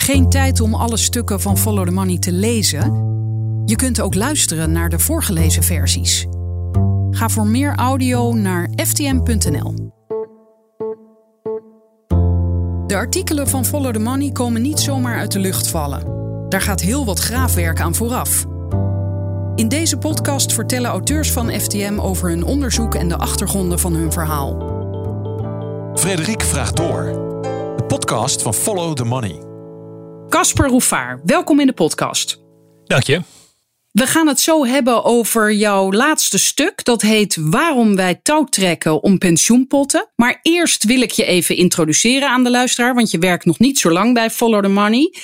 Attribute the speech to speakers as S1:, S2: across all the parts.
S1: Geen tijd om alle stukken van Follow the Money te lezen? Je kunt ook luisteren naar de voorgelezen versies. Ga voor meer audio naar ftm.nl. De artikelen van Follow the Money komen niet zomaar uit de lucht vallen. Daar gaat heel wat graafwerk aan vooraf. In deze podcast vertellen auteurs van FTM over hun onderzoek en de achtergronden van hun verhaal.
S2: Frederik vraagt door. De podcast van Follow the Money.
S1: Casper Rouffard, welkom in de podcast.
S3: Dank je.
S1: We gaan het zo hebben over jouw laatste stuk. Dat heet Waarom wij touw trekken om pensioenpotten. Maar eerst wil ik je even introduceren aan de luisteraar. Want je werkt nog niet zo lang bij Follow the Money.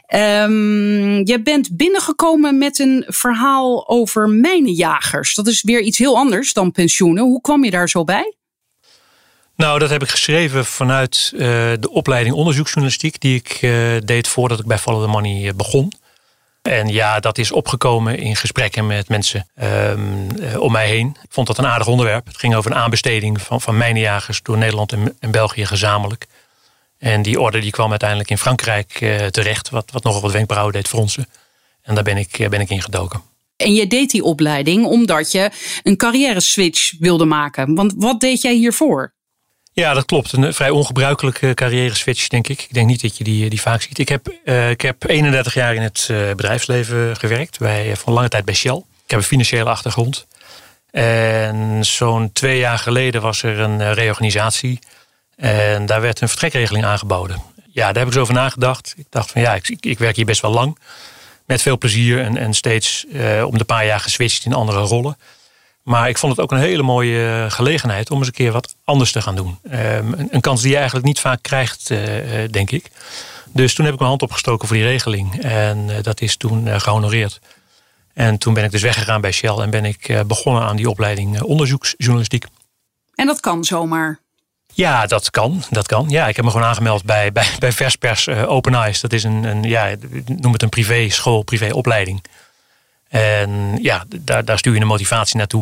S1: Je bent binnengekomen met een verhaal over mijnenjagers. Dat is weer iets heel anders dan pensioenen. Hoe kwam je daar zo bij?
S3: Nou, dat heb ik geschreven vanuit de opleiding onderzoeksjournalistiek die ik deed voordat ik bij Follow the Money begon. En ja, dat is opgekomen in gesprekken met mensen om mij heen. Ik vond dat een aardig onderwerp. Het ging over een aanbesteding van mijnenjagers door Nederland en België gezamenlijk. En die orde die kwam uiteindelijk in Frankrijk terecht, wat nogal wat wenkbrauwen deed fronsen. En daar ben ik in gedoken.
S1: En je deed die opleiding omdat je een carrière switch wilde maken. Want wat deed jij hiervoor?
S3: Ja, dat klopt. Een vrij ongebruikelijke carrière switch, denk ik. Ik denk niet dat je die vaak ziet. Ik heb 31 jaar in het bedrijfsleven gewerkt. Voor lange tijd bij Shell. Ik heb een financiële achtergrond. En zo'n 2 jaar geleden was er een reorganisatie. En daar werd een vertrekregeling aangeboden. Ja, daar heb ik zo over nagedacht. Ik dacht van ja, ik werk hier best wel lang. Met veel plezier en steeds om de paar jaar geswitcht in andere rollen. Maar ik vond het ook een hele mooie gelegenheid om eens een keer wat anders te gaan doen. Een kans die je eigenlijk niet vaak krijgt, denk ik. Dus toen heb ik mijn hand opgestoken voor die regeling. En dat is toen gehonoreerd. En toen ben ik dus weggegaan bij Shell en ben ik begonnen aan die opleiding onderzoeksjournalistiek.
S1: En dat kan zomaar?
S3: Ja, dat kan. Ja, ik heb me gewoon aangemeld bij Verspers Open Eyes. Dat is noem het een privéschool, privéopleiding. En ja, daar stuur je een motivatie naartoe.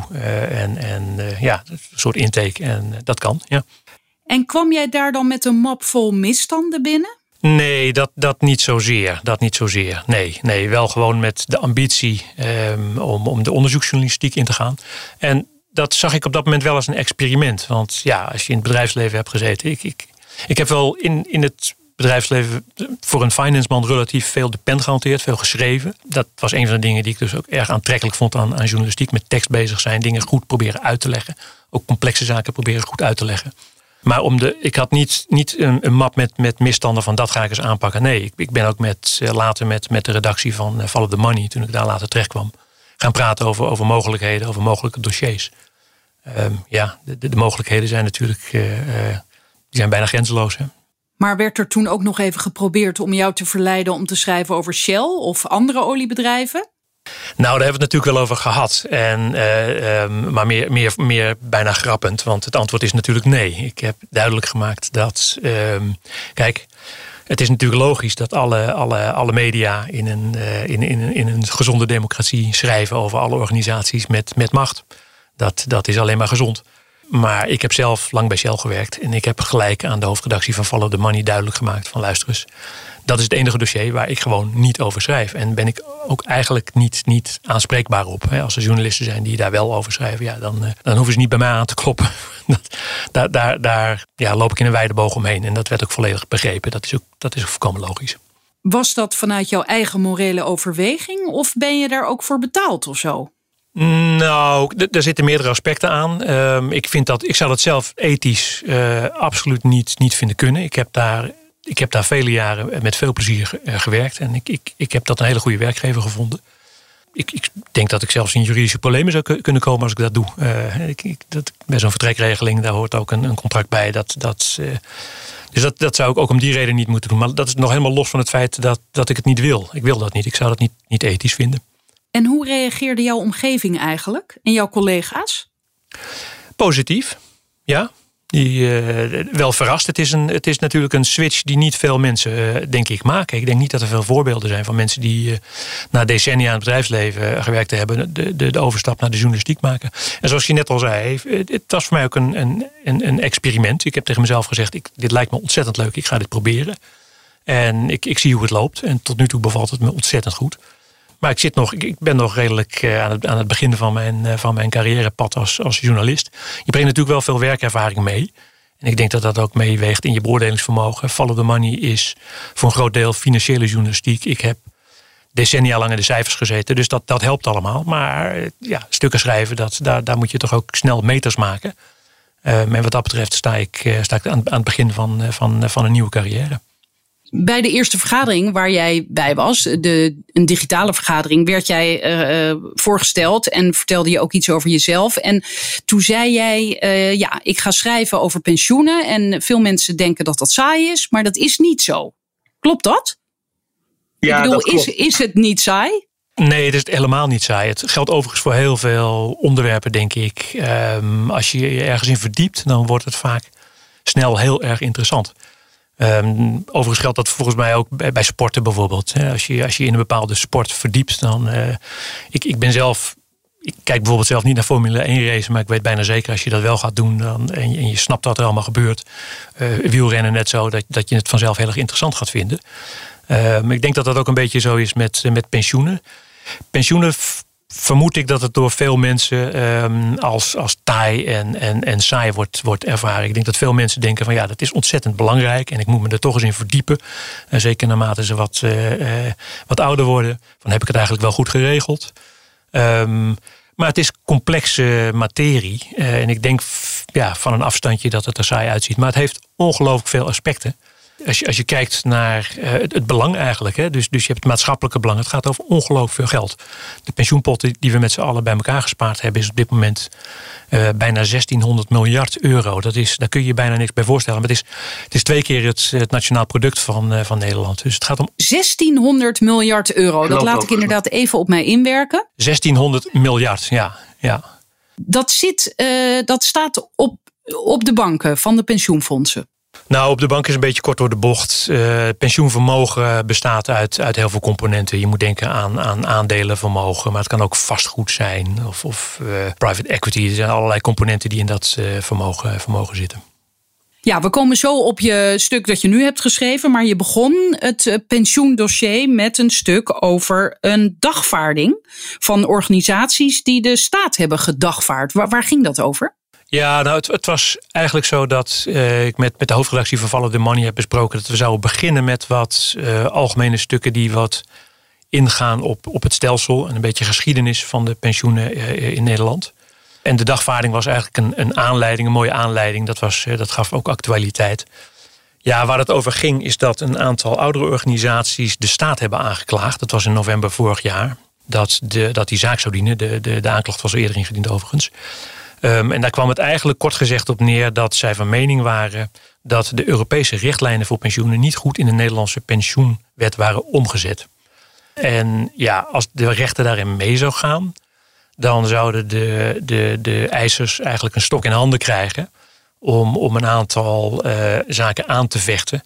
S3: Een soort intake. En dat kan, ja.
S1: En kwam jij daar dan met een map vol misstanden binnen?
S3: Nee, dat niet zozeer. Nee, wel gewoon met de ambitie om de onderzoeksjournalistiek in te gaan. En dat zag ik op dat moment wel als een experiment. Want ja, als je in het bedrijfsleven hebt gezeten. Ik heb wel in het bedrijfsleven voor een financeman relatief veel de pen gehanteerd, veel geschreven. Dat was een van de dingen die ik dus ook erg aantrekkelijk vond aan journalistiek. Met tekst bezig zijn, dingen goed proberen uit te leggen. Ook complexe zaken proberen goed uit te leggen. Maar ik had niet een map met misstanden van dat ga ik eens aanpakken. Nee, ik ben ook later met de redactie van Follow the Money, toen ik daar later terecht kwam, gaan praten over mogelijkheden, over mogelijke dossiers. De mogelijkheden zijn natuurlijk die zijn bijna grenzeloos, hè.
S1: Maar werd er toen ook nog even geprobeerd om jou te verleiden om te schrijven over Shell of andere oliebedrijven?
S3: Nou, daar hebben we het natuurlijk wel over gehad. Maar meer bijna grappend, want het antwoord is natuurlijk nee. Ik heb duidelijk gemaakt dat, kijk, het is natuurlijk logisch dat alle media in een gezonde democratie schrijven over alle organisaties met macht. Dat is alleen maar gezond. Maar ik heb zelf lang bij Shell gewerkt. En ik heb gelijk aan de hoofdredactie van Follow the Money duidelijk gemaakt van luister eens. Dat is het enige dossier waar ik gewoon niet over schrijf. En ben ik ook eigenlijk niet aanspreekbaar op. Als er journalisten zijn die daar wel over schrijven, ja, dan hoeven ze niet bij mij aan te kloppen. Daar loop ik in een wijde boog omheen. En dat werd ook volledig begrepen. Dat is ook volkomen logisch. Was
S1: dat vanuit jouw eigen morele overweging? Of ben je daar ook voor betaald of zo?
S3: Nou, er zitten meerdere aspecten aan. Ik zou dat zelf ethisch absoluut niet vinden kunnen. Ik heb daar vele jaren met veel plezier gewerkt. En ik heb dat een hele goede werkgever gevonden. Ik denk dat ik zelfs in juridische problemen zou kunnen komen als ik dat doe. Bij zo'n vertrekregeling, daar hoort ook een contract bij. Dus dat zou ik ook om die reden niet moeten doen. Maar dat is nog helemaal los van het feit dat ik het niet wil. Ik wil dat niet. Ik zou dat niet ethisch vinden.
S1: En hoe reageerde jouw omgeving eigenlijk en jouw collega's?
S3: Positief, ja. Wel verrast. Het is natuurlijk een switch die niet veel mensen, denk ik, maken. Ik denk niet dat er veel voorbeelden zijn van mensen die na decennia in het bedrijfsleven gewerkt hebben, de overstap naar de journalistiek maken. En zoals je net al zei, het was voor mij ook een experiment. Ik heb tegen mezelf gezegd, dit lijkt me ontzettend leuk, ik ga dit proberen. En ik zie hoe het loopt. En tot nu toe bevalt het me ontzettend goed. Maar ik ben nog redelijk aan het begin van mijn carrièrepad als journalist. Je brengt natuurlijk wel veel werkervaring mee. En ik denk dat dat ook meeweegt in je beoordelingsvermogen. Follow the money is voor een groot deel financiële journalistiek. Ik heb decennia lang in de cijfers gezeten. Dus dat helpt allemaal. Maar stukken schrijven, daar moet je toch ook snel meters maken. En wat dat betreft sta ik aan het begin van een nieuwe carrière.
S1: Bij de eerste vergadering waar jij bij was, een digitale vergadering, werd jij voorgesteld en vertelde je ook iets over jezelf. En toen zei jij, ik ga schrijven over pensioenen. En veel mensen denken dat dat saai is, maar dat is niet zo. Klopt dat?
S4: Ja,
S1: ik bedoel,
S4: dat klopt.
S1: Is het niet saai?
S3: Nee, het is helemaal niet saai. Het geldt overigens voor heel veel onderwerpen, denk ik. Als je je ergens in verdiept, dan wordt het vaak snel heel erg interessant. Overigens geldt dat volgens mij ook bij sporten bijvoorbeeld. Als je in een bepaalde sport verdiept, dan... Ik kijk bijvoorbeeld zelf niet naar Formule 1 racen, maar ik weet bijna zeker als je dat wel gaat doen en je snapt wat er allemaal gebeurt. Wielrennen net zo, dat je het vanzelf heel erg interessant gaat vinden. Ik denk dat dat ook een beetje zo is met pensioenen. Pensioenen vermoed ik dat het door veel mensen als taai en saai wordt ervaren. Ik denk dat veel mensen denken van dat is ontzettend belangrijk en ik moet me er toch eens in verdiepen. Zeker naarmate ze wat ouder worden. Van heb ik het eigenlijk wel goed geregeld? Maar het is complexe materie. En ik denk van een afstandje dat het er saai uitziet. Maar het heeft ongelooflijk veel aspecten. Als je kijkt naar het belang eigenlijk. Hè, dus je hebt het maatschappelijke belang. Het gaat over ongelooflijk veel geld. De pensioenpotten die we met z'n allen bij elkaar gespaard hebben, is op dit moment bijna 1600 miljard euro. Daar kun je je bijna niks bij voorstellen. Maar het is 2 keer het nationaal product van Nederland. Dus het gaat om
S1: 1600 miljard euro. Dat laat ik inderdaad even op mij inwerken.
S3: 1600 miljard, ja.
S1: Dat staat op de banken van de pensioenfondsen.
S3: Nou, op de bank is een beetje kort door de bocht. Pensioenvermogen bestaat uit heel veel componenten. Je moet denken aan aandelenvermogen, maar het kan ook vastgoed zijn of private equity. Er zijn allerlei componenten die in dat vermogen zitten.
S1: Ja, we komen zo op je stuk dat je nu hebt geschreven, maar je begon het pensioendossier met een stuk over een dagvaarding van organisaties die de staat hebben gedagvaard. Waar ging dat over?
S3: Ja, nou, het was eigenlijk zo dat ik met de hoofdredactie van Follow the Money heb besproken dat we zouden beginnen met wat algemene stukken die wat ingaan op het stelsel en een beetje geschiedenis van de pensioenen in Nederland. En de dagvaarding was eigenlijk een aanleiding, een mooie aanleiding. Dat gaf ook actualiteit. Ja, waar het over ging is dat een aantal oudere organisaties de staat hebben aangeklaagd. Dat was in november vorig jaar. Dat die zaak zou dienen. De aanklacht was er eerder ingediend overigens. En daar kwam het eigenlijk kort gezegd op neer dat zij van mening waren dat de Europese richtlijnen voor pensioenen niet goed in de Nederlandse pensioenwet waren omgezet. En ja, als de rechter daarin mee zou gaan, dan zouden de eisers eigenlijk een stok in handen krijgen om een aantal zaken aan te vechten.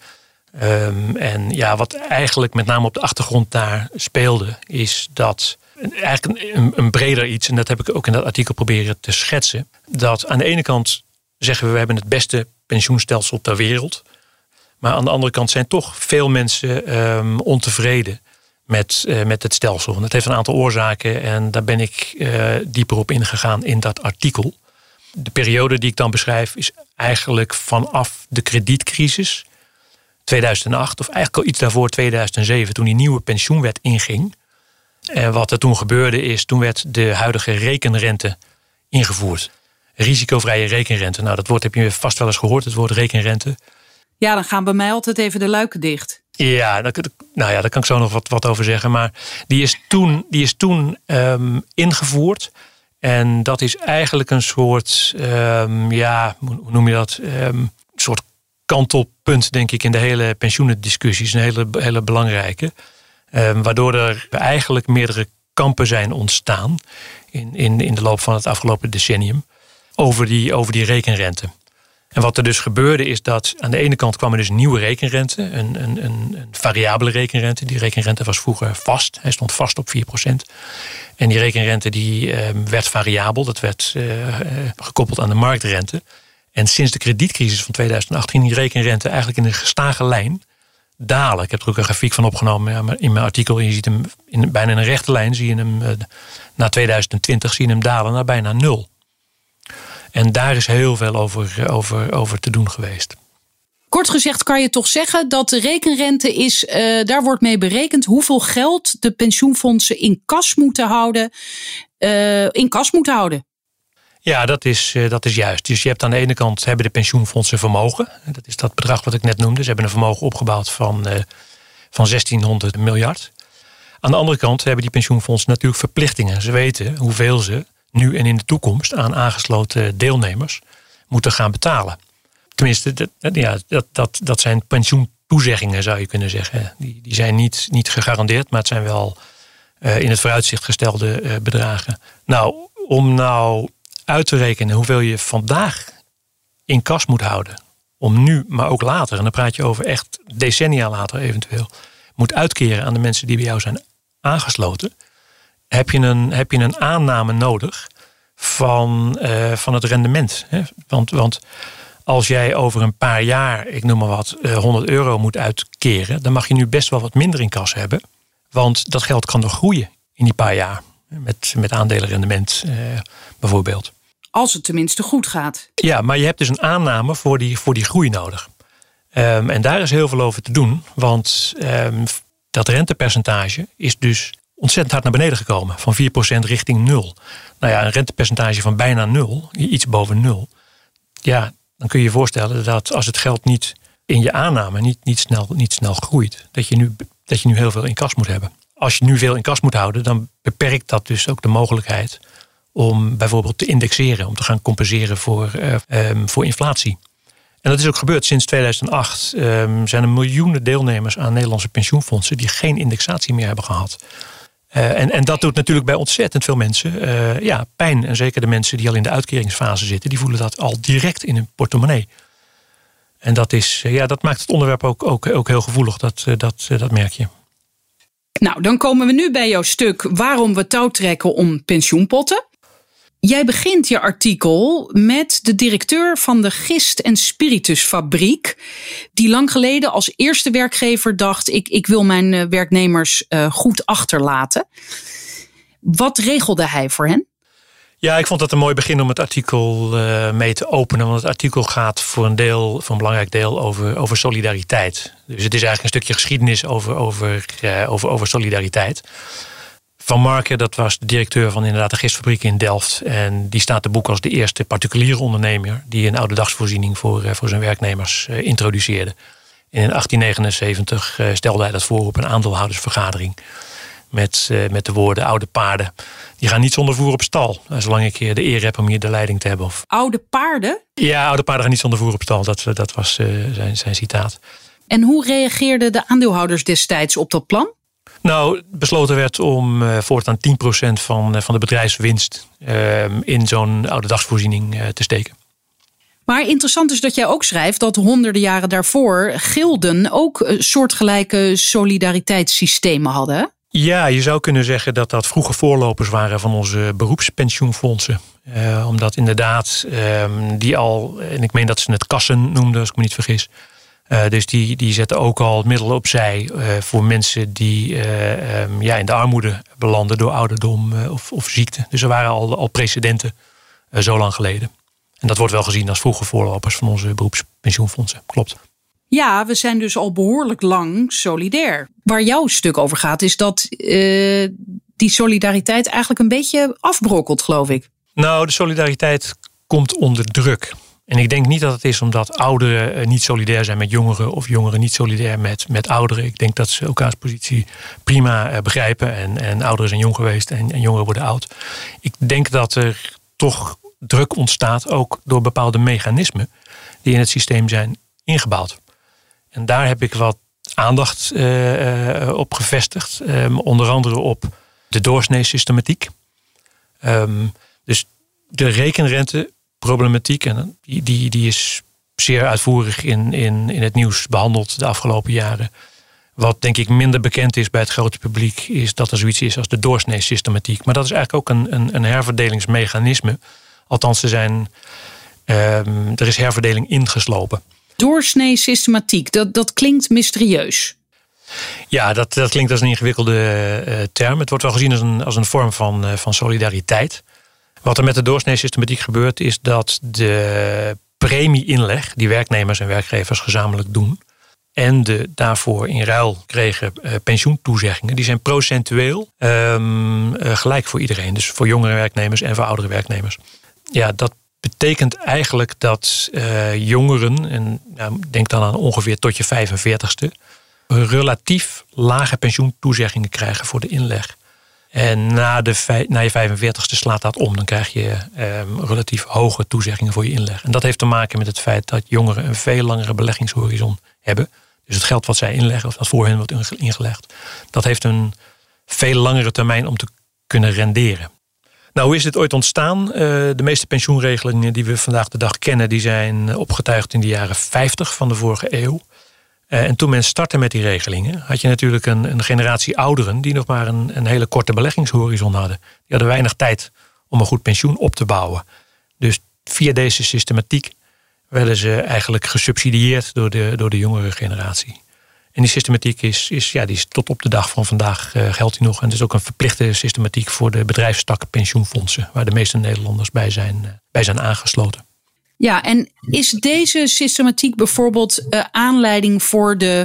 S3: En ja, wat eigenlijk met name op de achtergrond daar speelde, is dat eigenlijk een breder iets, en dat heb ik ook in dat artikel proberen te schetsen, dat aan de ene kant zeggen we hebben het beste pensioenstelsel ter wereld, maar aan de andere kant zijn toch veel mensen ontevreden met het stelsel. En dat heeft een aantal oorzaken en daar ben ik dieper op ingegaan in dat artikel. De periode die ik dan beschrijf is eigenlijk vanaf de kredietcrisis 2008, of eigenlijk al iets daarvoor 2007, toen die nieuwe pensioenwet inging. En wat er toen gebeurde is, toen werd de huidige rekenrente ingevoerd. Risicovrije rekenrente. Nou, dat woord heb je vast wel eens gehoord, het woord rekenrente.
S1: Ja, dan gaan bij mij altijd even de luiken dicht.
S3: Ja, daar kan ik zo nog wat over zeggen. Maar die is toen ingevoerd. En dat is eigenlijk een soort, hoe noem je dat? Een soort kantelpunt, denk ik, in de hele pensioenendiscussies. Een hele belangrijke. Waardoor er eigenlijk meerdere kampen zijn ontstaan in de loop van het afgelopen decennium over die rekenrente. En wat er dus gebeurde is dat aan de ene kant kwam er dus een nieuwe rekenrente, een variabele rekenrente. Die rekenrente was vroeger vast, hij stond vast op 4%. En die rekenrente die werd variabel, dat werd gekoppeld aan de marktrente. En sinds de kredietcrisis van 2008 ging die rekenrente eigenlijk in een gestage lijn dalen. Ik heb er ook een grafiek van opgenomen in mijn artikel. Je ziet hem bijna in een rechte lijn. Zie je hem na 2020 zie je hem dalen naar bijna 0. En daar is heel veel over te doen geweest.
S1: Kort gezegd kan je toch zeggen dat de rekenrente is, daar wordt mee berekend hoeveel geld de pensioenfondsen in kas moeten houden.
S3: Ja, dat is juist. Dus je hebt aan de ene kant hebben de pensioenfondsen vermogen. Dat is dat bedrag wat ik net noemde. Ze hebben een vermogen opgebouwd van 1600 miljard. Aan de andere kant hebben die pensioenfondsen natuurlijk verplichtingen. Ze weten hoeveel ze nu en in de toekomst aan aangesloten deelnemers moeten gaan betalen. Tenminste, dat zijn pensioentoezeggingen, zou je kunnen zeggen. Die zijn niet gegarandeerd, maar het zijn wel in het vooruitzicht gestelde bedragen. Nou, om uit te rekenen hoeveel je vandaag in kas moet houden, om nu, maar ook later, en dan praat je over echt decennia later eventueel, moet uitkeren aan de mensen die bij jou zijn aangesloten, heb je een aanname nodig van het rendement. Hè? Want als jij over een paar jaar, ik noem maar wat, 100 euro moet uitkeren, dan mag je nu best wel wat minder in kas hebben. Want dat geld kan nog groeien in die paar jaar. Met aandelenrendement bijvoorbeeld.
S1: Als het tenminste goed gaat.
S3: Ja, maar je hebt dus een aanname voor die groei nodig. En daar is heel veel over te doen. Want dat rentepercentage is dus ontzettend hard naar beneden gekomen. Van 4% richting 0. Nou ja, een rentepercentage van bijna 0. Iets boven 0. Ja, dan kun je je voorstellen dat als het geld niet in je aanname niet snel groeit. Dat je nu heel veel in kas moet hebben. Als je nu veel in kas moet houden, dan beperkt dat dus ook de mogelijkheid om bijvoorbeeld te indexeren. Om te gaan compenseren voor inflatie. En dat is ook gebeurd. Sinds 2008 zijn er miljoenen deelnemers aan Nederlandse pensioenfondsen die geen indexatie meer hebben gehad. En dat doet natuurlijk bij ontzettend veel mensen pijn. En zeker de mensen die al in de uitkeringsfase zitten, die voelen dat al direct in hun portemonnee. En dat maakt het onderwerp ook heel gevoelig. Dat merk je.
S1: Nou, dan komen we nu bij jouw stuk waarom we touw trekken om pensioenpotten. Jij begint je artikel met de directeur van de Gist- en Spiritusfabriek, die lang geleden als eerste werkgever dacht, ik wil mijn werknemers goed achterlaten. Wat regelde hij voor hen?
S3: Ja, ik vond dat een mooi begin om het artikel mee te openen. Want het artikel gaat voor een belangrijk deel over solidariteit. Dus het is eigenlijk een stukje geschiedenis over solidariteit. Van Marken, dat was de directeur van inderdaad de gistfabriek in Delft. En die staat te boek als de eerste particuliere ondernemer die een ouderdagsvoorziening voor zijn werknemers introduceerde. En in 1879 stelde hij dat voor op een aandeelhoudersvergadering. Met de woorden: oude paarden, die gaan niet zonder voer op stal. Zolang ik de eer heb om hier de leiding te hebben.
S1: Oude paarden?
S3: Ja, oude paarden gaan niet zonder voer op stal. Dat was zijn citaat.
S1: En hoe reageerden de aandeelhouders destijds op dat plan?
S3: Nou, besloten werd om voortaan 10% van de bedrijfswinst in zo'n ouderdagsvoorziening te steken.
S1: Maar interessant is dat jij ook schrijft dat honderden jaren daarvoor gilden ook soortgelijke solidariteitssystemen hadden.
S3: Ja, je zou kunnen zeggen dat dat vroege voorlopers waren van onze beroepspensioenfondsen. Omdat inderdaad die al, en ik meen dat ze het kassen noemden als ik me niet vergis. Dus die zetten ook al middelen opzij voor mensen die in de armoede belanden door ouderdom of ziekte. Dus er waren al precedenten zo lang geleden. En dat wordt wel gezien als vroege voorlopers van onze beroepspensioenfondsen. Klopt.
S1: Ja, we zijn dus al behoorlijk lang solidair. Waar jouw stuk over gaat is dat die solidariteit eigenlijk een beetje afbrokkelt, geloof ik. Nou,
S3: de solidariteit komt onder druk. En ik denk niet dat het is omdat ouderen niet solidair zijn met jongeren of jongeren niet solidair met ouderen. Ik denk dat ze elkaars positie prima begrijpen. En ouderen zijn jong geweest en jongeren worden oud. Ik denk dat er toch druk ontstaat ook door bepaalde mechanismen die in het systeem zijn ingebouwd. En daar heb ik wat aandacht op gevestigd. Onder andere op de doorsnee-systematiek. Dus de rekenrenteproblematiek, en die is zeer uitvoerig in het nieuws behandeld de afgelopen jaren. Wat denk ik minder bekend is bij het grote publiek, is dat er zoiets is als de doorsnee-systematiek. Maar dat is eigenlijk ook een herverdelingsmechanisme. Althans, er is herverdeling ingeslopen.
S1: Doorsnee systematiek, dat klinkt mysterieus.
S3: Ja, dat klinkt als een ingewikkelde term. Het wordt wel gezien als een vorm van solidariteit. Wat er met de doorsnee systematiek gebeurt, is dat de premie-inleg die werknemers en werkgevers gezamenlijk doen en de daarvoor in ruil kregen pensioentoezeggingen, die zijn procentueel gelijk voor iedereen. Dus voor jongere werknemers en voor oudere werknemers. Ja, dat betekent eigenlijk dat jongeren, en denk dan aan ongeveer tot je 45ste, relatief lage pensioentoezeggingen krijgen voor de inleg. En na je 45ste slaat dat om. Dan krijg je relatief hoge toezeggingen voor je inleg. En dat heeft te maken met het feit dat jongeren een veel langere beleggingshorizon hebben. Dus het geld wat zij inleggen, of dat voor hen wordt ingelegd, dat heeft een veel langere termijn om te kunnen renderen. Nou, hoe is dit ooit ontstaan? De meeste pensioenregelingen die we vandaag de dag kennen, die zijn opgetuigd in de jaren 50 van de vorige eeuw. En toen men startte met die regelingen, had je natuurlijk een generatie ouderen die nog maar een hele korte beleggingshorizon hadden. Die hadden weinig tijd om een goed pensioen op te bouwen. Dus via deze systematiek werden ze eigenlijk gesubsidieerd door de jongere generatie. En die systematiek is tot op de dag van vandaag geldt die nog. En het is ook een verplichte systematiek voor de bedrijfstak pensioenfondsen, waar de meeste Nederlanders bij zijn aangesloten.
S1: Ja, en is deze systematiek bijvoorbeeld aanleiding voor de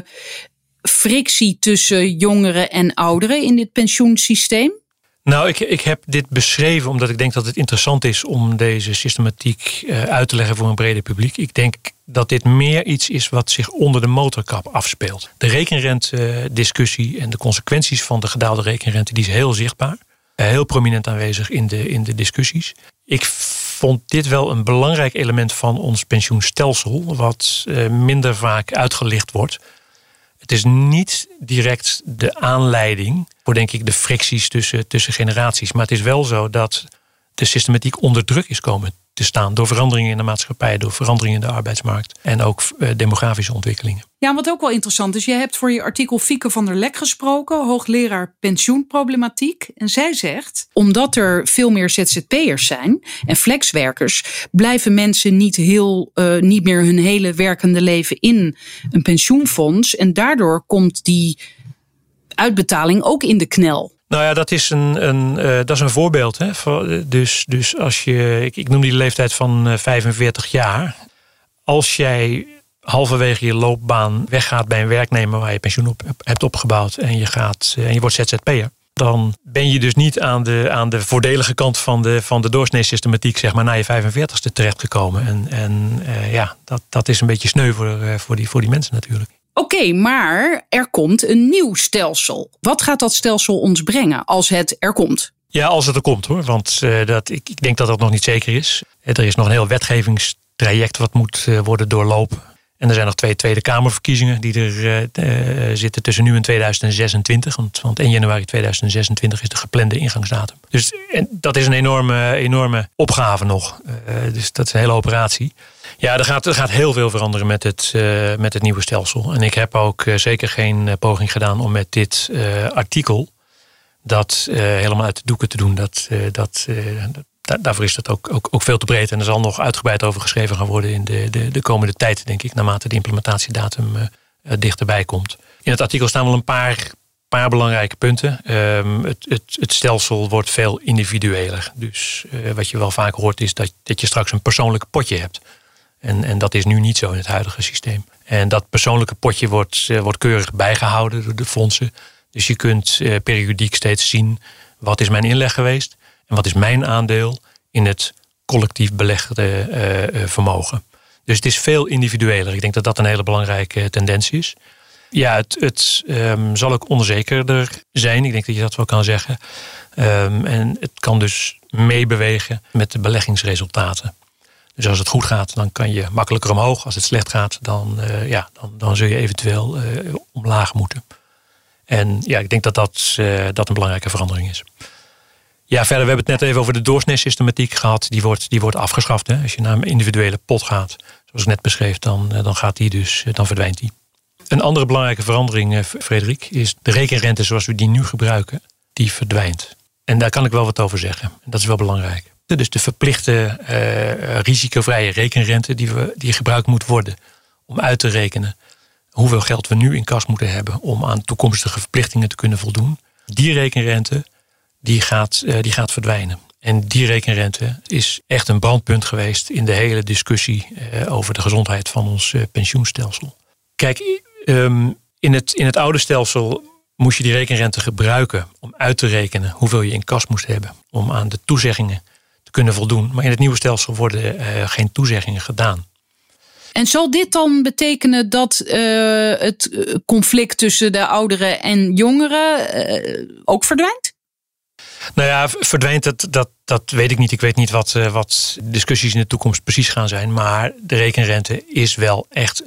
S1: frictie tussen jongeren en ouderen in dit pensioensysteem?
S3: Nou, ik heb dit beschreven omdat ik denk dat het interessant is om deze systematiek uit te leggen voor een breder publiek. Ik denk dat dit meer iets is wat zich onder de motorkap afspeelt. De rekenrente-discussie en de consequenties van de gedaalde rekenrente, die is heel zichtbaar. Heel prominent aanwezig in de discussies. Ik vond dit wel een belangrijk element van ons pensioenstelsel, wat minder vaak uitgelicht wordt. Het is niet direct de aanleiding voor, denk ik, de fricties tussen generaties. Maar het is wel zo dat de systematiek onder druk is komen te staan door veranderingen in de maatschappij, door veranderingen in de arbeidsmarkt en ook demografische ontwikkelingen.
S1: Ja, wat ook wel interessant is, je hebt voor je artikel Fieke van der Lek gesproken, hoogleraar pensioenproblematiek. En zij zegt, omdat er veel meer ZZP'ers zijn en flexwerkers, blijven mensen niet meer hun hele werkende leven in een pensioenfonds. En daardoor komt die uitbetaling ook in de knel.
S3: Nou ja, dat is een voorbeeld. Hè? Dus als ik noem die leeftijd van 45 jaar. Als jij halverwege je loopbaan weggaat bij een werknemer waar je pensioen op hebt opgebouwd en je wordt ZZP'er, dan ben je dus niet aan de voordelige kant van de doorsnee-systematiek, zeg maar, na je 45ste terechtgekomen. En dat is een beetje sneu voor die mensen natuurlijk.
S1: Oké, maar er komt een nieuw stelsel. Wat gaat dat stelsel ons brengen als het er komt?
S3: Ja, als het er komt hoor. Want ik denk dat dat nog niet zeker is. Er is nog een heel wetgevingstraject wat moet worden doorlopen. En er zijn nog 2 Tweede Kamerverkiezingen die er zitten tussen nu en 2026. Want 1 januari 2026 is de geplande ingangsdatum. Dus dat is een enorme opgave nog. Dus dat is een hele operatie. Ja, er gaat heel veel veranderen met het nieuwe stelsel. En ik heb ook zeker geen poging gedaan om met dit artikel dat helemaal uit de doeken te doen. Daarvoor is dat ook veel te breed. En er zal nog uitgebreid over geschreven gaan worden in de komende tijd, denk ik, naarmate de implementatiedatum dichterbij komt. In het artikel staan wel een paar belangrijke punten. Het stelsel wordt veel individueler. Dus wat je wel vaak hoort is dat je straks een persoonlijk potje hebt. En dat is nu niet zo in het huidige systeem. En dat persoonlijke potje wordt keurig bijgehouden door de fondsen. Dus je kunt periodiek steeds zien, wat is mijn inleg geweest en wat is mijn aandeel in het collectief belegde vermogen. Dus het is veel individueler. Ik denk dat dat een hele belangrijke tendens is. Ja, het zal ook onzekerder zijn. Ik denk dat je dat wel kan zeggen. En het kan dus meebewegen met de beleggingsresultaten. Dus als het goed gaat, dan kan je makkelijker omhoog. Als het slecht gaat, dan zul je eventueel omlaag moeten. En ja, ik denk dat een belangrijke verandering is. Ja, verder, we hebben het net even over de doorsnee-systematiek gehad. Die wordt afgeschaft. Hè? Als je naar een individuele pot gaat, zoals ik net beschreef, dan verdwijnt die. Een andere belangrijke verandering, Frederik, is de rekenrente zoals we die nu gebruiken, die verdwijnt. En daar kan ik wel wat over zeggen. En dat is wel belangrijk. Dus de verplichte risicovrije rekenrente die gebruikt moet worden om uit te rekenen hoeveel geld we nu in kas moeten hebben om aan toekomstige verplichtingen te kunnen voldoen. Die rekenrente die gaat verdwijnen. En die rekenrente is echt een brandpunt geweest in de hele discussie over de gezondheid van ons pensioenstelsel. Kijk, in het oude stelsel moest je die rekenrente gebruiken om uit te rekenen hoeveel je in kas moest hebben om aan de toezeggingen te kunnen voldoen. Maar in het nieuwe stelsel worden geen toezeggingen gedaan.
S1: En zal dit dan betekenen dat het conflict tussen de ouderen en jongeren ook verdwijnt?
S3: Nou ja, verdwijnt dat weet ik niet. Ik weet niet wat discussies in de toekomst precies gaan zijn. Maar de rekenrente is wel echt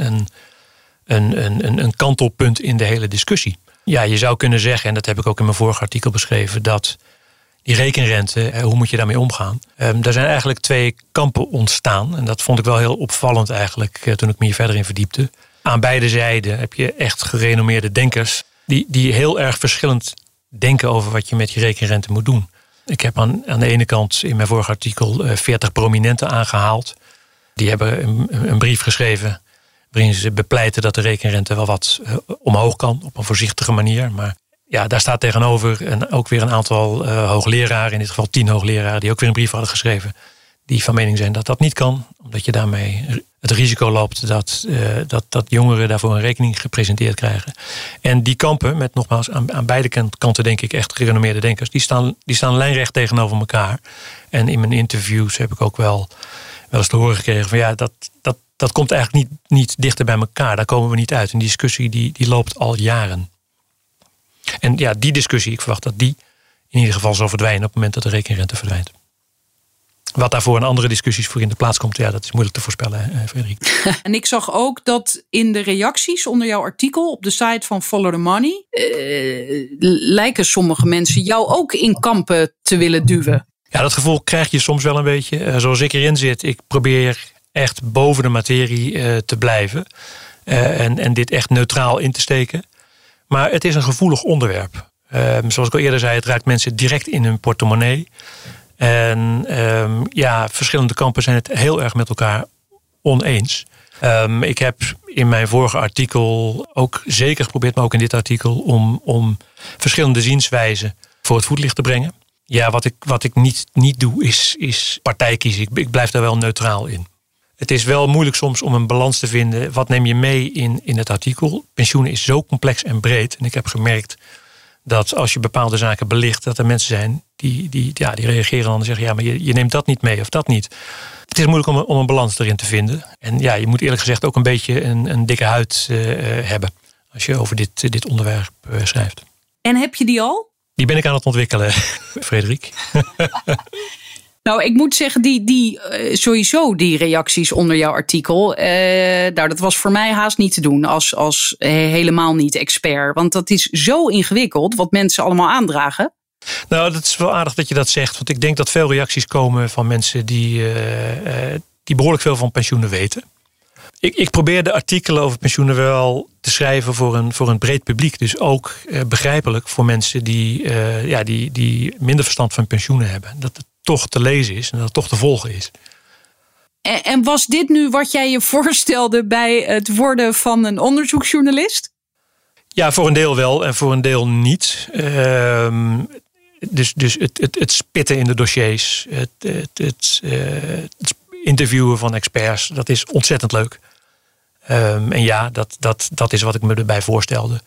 S3: een kantelpunt in de hele discussie. Ja, je zou kunnen zeggen, en dat heb ik ook in mijn vorige artikel beschreven, dat die rekenrente, hoe moet je daarmee omgaan? Daar zijn eigenlijk 2 kampen ontstaan. En dat vond ik wel heel opvallend eigenlijk toen ik me hier verder in verdiepte. Aan beide zijden heb je echt gerenommeerde denkers die heel erg verschillend denken over wat je met je rekenrente moet doen. Ik heb aan de ene kant in mijn vorige artikel 40 prominenten aangehaald. Die hebben een brief geschreven waarin ze bepleiten dat de rekenrente wel wat omhoog kan op een voorzichtige manier. Maar ja, daar staat tegenover ook weer een aantal hoogleraren, in dit geval 10 hoogleraren, die ook weer een brief hadden geschreven, die van mening zijn dat dat niet kan, omdat je daarmee het risico loopt dat jongeren daarvoor een rekening gepresenteerd krijgen. En die kampen, met nogmaals aan beide kanten denk ik echt gerenommeerde denkers, die staan lijnrecht tegenover elkaar. En in mijn interviews heb ik ook wel eens te horen gekregen van ja, dat komt eigenlijk niet dichter bij elkaar. Daar komen we niet uit. En die discussie die loopt al jaren. En ja, die discussie, ik verwacht dat die in ieder geval zal verdwijnen op het moment dat de rekenrente verdwijnt. Wat daarvoor een andere discussies voor in de plaats komt, ja, dat is moeilijk te voorspellen, Frederik.
S1: En ik zag ook dat in de reacties onder jouw artikel op de site van Follow the Money lijken sommige mensen jou ook in kampen te willen duwen.
S3: Ja, dat gevoel krijg je soms wel een beetje. Zoals ik erin zit, ik probeer echt boven de materie te blijven. En dit echt neutraal in te steken. Maar het is een gevoelig onderwerp. Zoals ik al eerder zei, het raakt mensen direct in hun portemonnee. En verschillende kampen zijn het heel erg met elkaar oneens. Ik heb in mijn vorige artikel ook zeker geprobeerd, maar ook in dit artikel, om verschillende zienswijzen voor het voetlicht te brengen. Ja, wat ik niet doe, is partij kiezen. Ik blijf daar wel neutraal in. Het is wel moeilijk soms om een balans te vinden. Wat neem je mee in het artikel? Pensioenen is zo complex en breed. En ik heb gemerkt dat als je bepaalde zaken belicht, dat er mensen zijn die reageren en zeggen, ja, maar je neemt dat niet mee of dat niet. Het is moeilijk om een balans erin te vinden. En ja, je moet eerlijk gezegd ook een beetje een dikke huid hebben als je over dit onderwerp schrijft.
S1: En heb je die al?
S3: Die ben ik aan het ontwikkelen, Frederik.
S1: Nou, ik moet zeggen, sowieso die reacties onder jouw artikel, dat was voor mij haast niet te doen als helemaal niet expert. Want dat is zo ingewikkeld wat mensen allemaal aandragen.
S3: Nou, dat is wel aardig dat je dat zegt. Want ik denk dat veel reacties komen van mensen die behoorlijk veel van pensioenen weten. Ik probeer de artikelen over pensioenen wel te schrijven voor een breed publiek. Dus ook begrijpelijk voor mensen die minder verstand van pensioenen hebben. Dat het toch te lezen is en dat het toch te volgen is.
S1: En was dit nu wat jij je voorstelde bij het worden van een onderzoeksjournalist? Ja,
S3: voor een deel wel en voor een deel niet. Dus het spitten in de dossiers, het interviewen van experts, dat is ontzettend leuk. En ja, dat is wat ik me erbij voorstelde.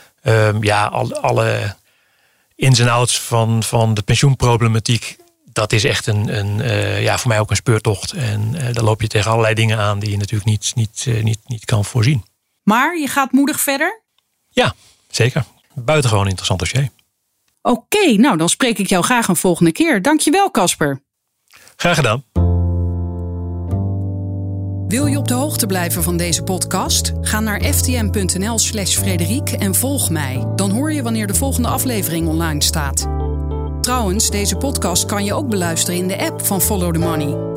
S3: Alle ins en outs van de pensioenproblematiek, dat is echt voor mij ook een speurtocht. En daar loop je tegen allerlei dingen aan die je natuurlijk niet kan voorzien.
S1: Maar je gaat moedig verder?
S3: Ja, zeker. Buitengewoon interessant dossier.
S1: Oké, nou dan spreek ik jou graag een volgende keer. Dankjewel, Casper.
S3: Graag gedaan.
S1: Wil je op de hoogte blijven van deze podcast? Ga naar ftm.nl/Frederik en volg mij. Dan hoor je wanneer de volgende aflevering online staat. Trouwens, deze podcast kan je ook beluisteren in de app van Follow the Money.